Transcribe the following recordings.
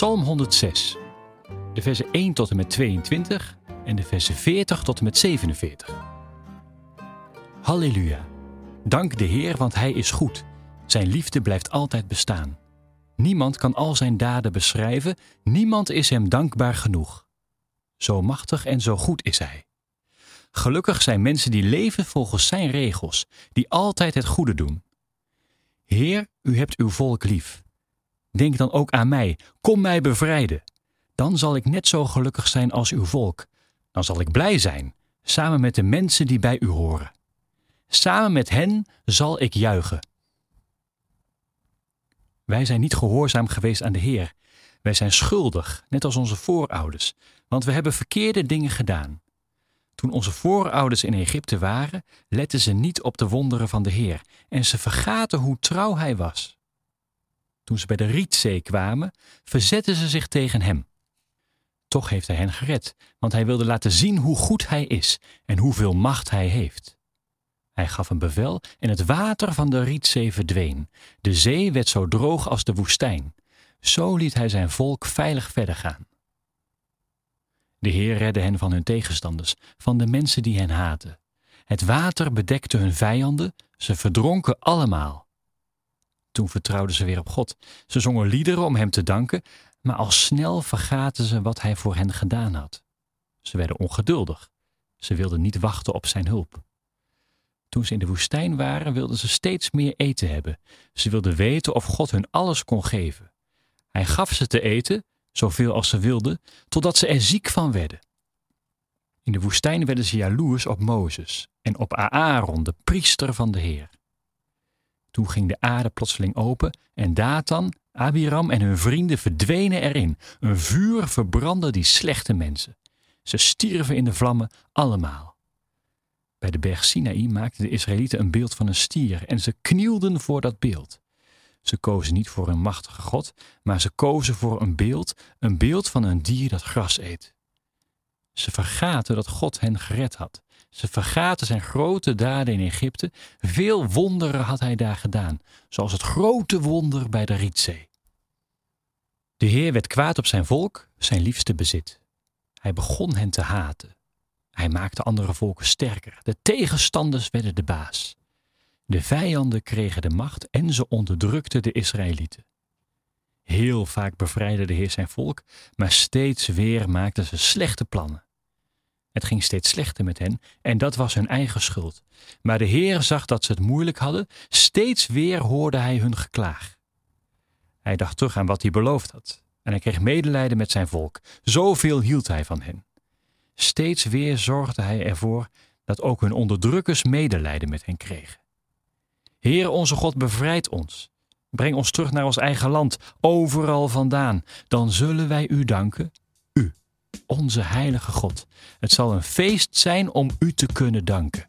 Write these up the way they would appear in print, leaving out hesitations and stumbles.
Psalm 106, de versen 1 tot en met 22 en de versen 40 tot en met 47. Halleluja! Dank de Heer, want Hij is goed. Zijn liefde blijft altijd bestaan. Niemand kan al zijn daden beschrijven, niemand is Hem dankbaar genoeg. Zo machtig en zo goed is Hij. Gelukkig zijn mensen die leven volgens Zijn regels, die altijd het goede doen. Heer, U hebt Uw volk lief. Denk dan ook aan mij, kom mij bevrijden. Dan zal ik net zo gelukkig zijn als uw volk. Dan zal ik blij zijn, samen met de mensen die bij u horen. Samen met hen zal ik juichen. Wij zijn niet gehoorzaam geweest aan de Heer. Wij zijn schuldig, net als onze voorouders, want we hebben verkeerde dingen gedaan. Toen onze voorouders in Egypte waren, letten ze niet op de wonderen van de Heer en ze vergaten hoe trouw Hij was. Toen ze bij de Rietzee kwamen, verzetten ze zich tegen Hem. Toch heeft Hij hen gered, want Hij wilde laten zien hoe goed Hij is en hoeveel macht Hij heeft. Hij gaf een bevel en het water van de Rietzee verdween. De zee werd zo droog als de woestijn. Zo liet Hij zijn volk veilig verder gaan. De Heer redde hen van hun tegenstanders, van de mensen die hen haatten. Het water bedekte hun vijanden, ze verdronken allemaal. Toen vertrouwden ze weer op God. Ze zongen liederen om Hem te danken, maar al snel vergaten ze wat Hij voor hen gedaan had. Ze werden ongeduldig. Ze wilden niet wachten op zijn hulp. Toen ze in de woestijn waren, wilden ze steeds meer eten hebben. Ze wilden weten of God hun alles kon geven. Hij gaf ze te eten, zoveel als ze wilden, totdat ze er ziek van werden. In de woestijn werden ze jaloers op Mozes en op Aaron, de priester van de Heer. Toen ging de aarde plotseling open en Datan, Abiram en hun vrienden verdwenen erin. Een vuur verbrandde die slechte mensen. Ze stierven in de vlammen allemaal. Bij de berg Sinaï maakten de Israëlieten een beeld van een stier en ze knielden voor dat beeld. Ze kozen niet voor een machtige God, maar ze kozen voor een beeld van een dier dat gras eet. Ze vergaten dat God hen gered had. Ze vergaten zijn grote daden in Egypte. Veel wonderen had hij daar gedaan, zoals het grote wonder bij de Rietzee. De Heer werd kwaad op zijn volk, zijn liefste bezit. Hij begon hen te haten. Hij maakte andere volken sterker. De tegenstanders werden de baas. De vijanden kregen de macht en ze onderdrukten de Israëlieten. Heel vaak bevrijdde de Heer zijn volk, maar steeds weer maakten ze slechte plannen. Het ging steeds slechter met hen en dat was hun eigen schuld. Maar de Heer zag dat ze het moeilijk hadden. Steeds weer hoorde Hij hun geklaag. Hij dacht terug aan wat Hij beloofd had. En hij kreeg medelijden met zijn volk. Zoveel hield Hij van hen. Steeds weer zorgde Hij ervoor dat ook hun onderdrukkers medelijden met hen kregen. Heer onze God, bevrijd ons. Breng ons terug naar ons eigen land, overal vandaan. Dan zullen wij U danken, U, onze heilige God. Het zal een feest zijn om U te kunnen danken.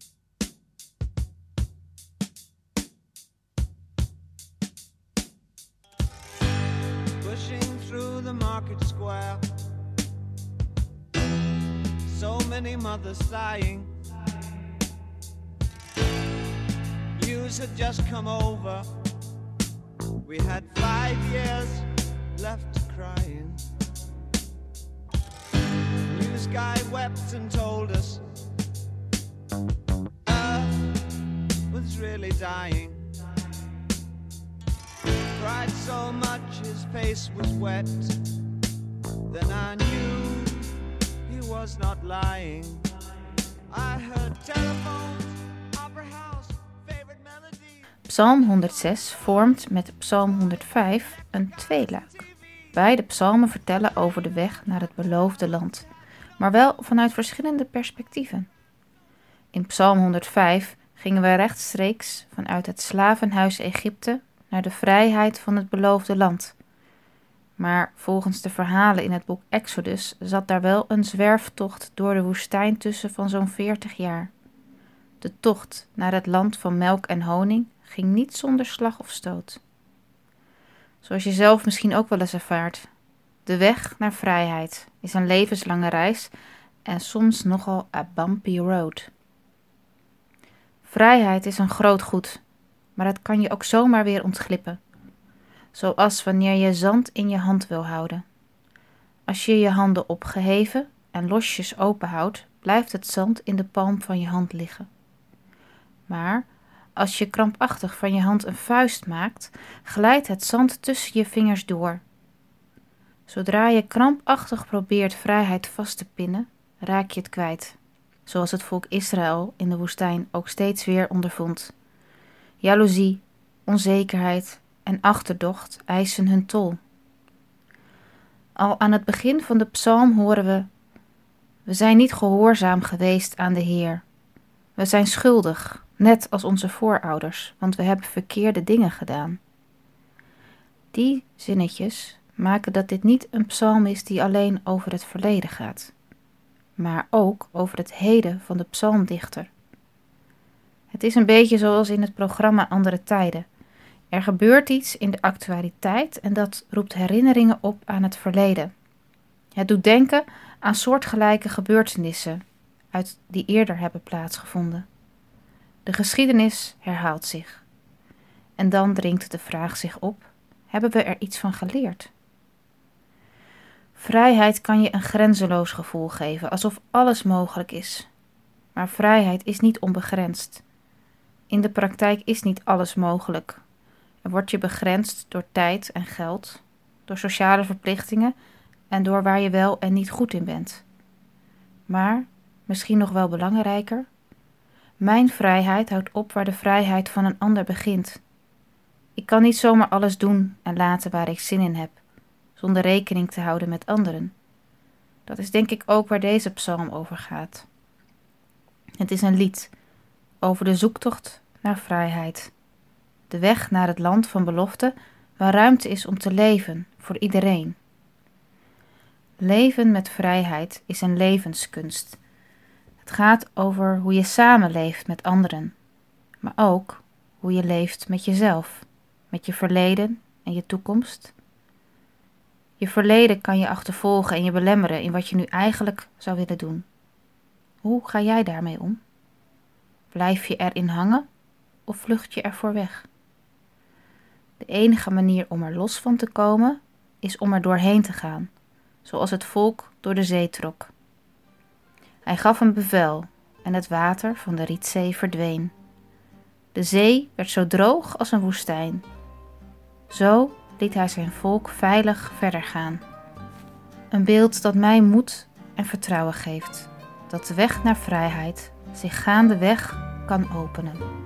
Pushing through the market square, so many mothers sighing. News had just come over. We had 5 years left crying. News guy wept and told us Earth was really dying. Cried so much his face was wet. Then I knew he was not lying. I heard telephones, opera house, favorite melody. Psalm 106 vormt met Psalm 105 een tweeluik. Beide psalmen vertellen over de weg naar het beloofde land, maar wel vanuit verschillende perspectieven. In Psalm 105 gingen we rechtstreeks vanuit het slavenhuis Egypte naar de vrijheid van het beloofde land. Maar volgens de verhalen in het boek Exodus zat daar wel een zwerftocht door de woestijn tussen van zo'n 40 jaar. De tocht naar het land van melk en honing ging niet zonder slag of stoot. Zoals je zelf misschien ook wel eens ervaart. De weg naar vrijheid is een levenslange reis en soms nogal a bumpy road. Vrijheid is een groot goed, maar het kan je ook zomaar weer ontglippen. Zoals wanneer je zand in je hand wil houden. Als je je handen opgeheven en losjes openhoudt, blijft het zand in de palm van je hand liggen. Maar als je krampachtig van je hand een vuist maakt, glijdt het zand tussen je vingers door. Zodra je krampachtig probeert vrijheid vast te pinnen, raak je het kwijt. Zoals het volk Israël in de woestijn ook steeds weer ondervond. Jaloezie, onzekerheid en achterdocht eisen hun tol. Al aan het begin van de psalm horen we zijn niet gehoorzaam geweest aan de Heer. We zijn schuldig, net als onze voorouders, want we hebben verkeerde dingen gedaan. Die zinnetjes maken dat dit niet een psalm is die alleen over het verleden gaat, maar ook over het heden van de psalmdichter. Het is een beetje zoals in het programma Andere Tijden. Er gebeurt iets in de actualiteit en dat roept herinneringen op aan het verleden. Het doet denken aan soortgelijke gebeurtenissen die eerder hebben plaatsgevonden. De geschiedenis herhaalt zich. En dan dringt de vraag zich op: hebben we er iets van geleerd? Vrijheid kan je een grenzeloos gevoel geven, alsof alles mogelijk is. Maar vrijheid is niet onbegrensd. In de praktijk is niet alles mogelijk. Er wordt je begrensd door tijd en geld, door sociale verplichtingen en door waar je wel en niet goed in bent. Maar, misschien nog wel belangrijker, mijn vrijheid houdt op waar de vrijheid van een ander begint. Ik kan niet zomaar alles doen en laten waar ik zin in heb, zonder rekening te houden met anderen. Dat is denk ik ook waar deze psalm over gaat. Het is een lied over de zoektocht naar vrijheid. De weg naar het land van belofte, waar ruimte is om te leven voor iedereen. Leven met vrijheid is een levenskunst. Het gaat over hoe je samenleeft met anderen, maar ook hoe je leeft met jezelf, met je verleden en je toekomst. Je verleden kan je achtervolgen en je belemmeren in wat je nu eigenlijk zou willen doen. Hoe ga jij daarmee om? Blijf je erin hangen of vlucht je ervoor weg? De enige manier om er los van te komen is om er doorheen te gaan, zoals het volk door de zee trok. Hij gaf een bevel en het water van de Rietzee verdween. De zee werd zo droog als een woestijn. Zo liet hij zijn volk veilig verder gaan. Een beeld dat mij moed en vertrouwen geeft, dat de weg naar vrijheid zich gaandeweg kan openen.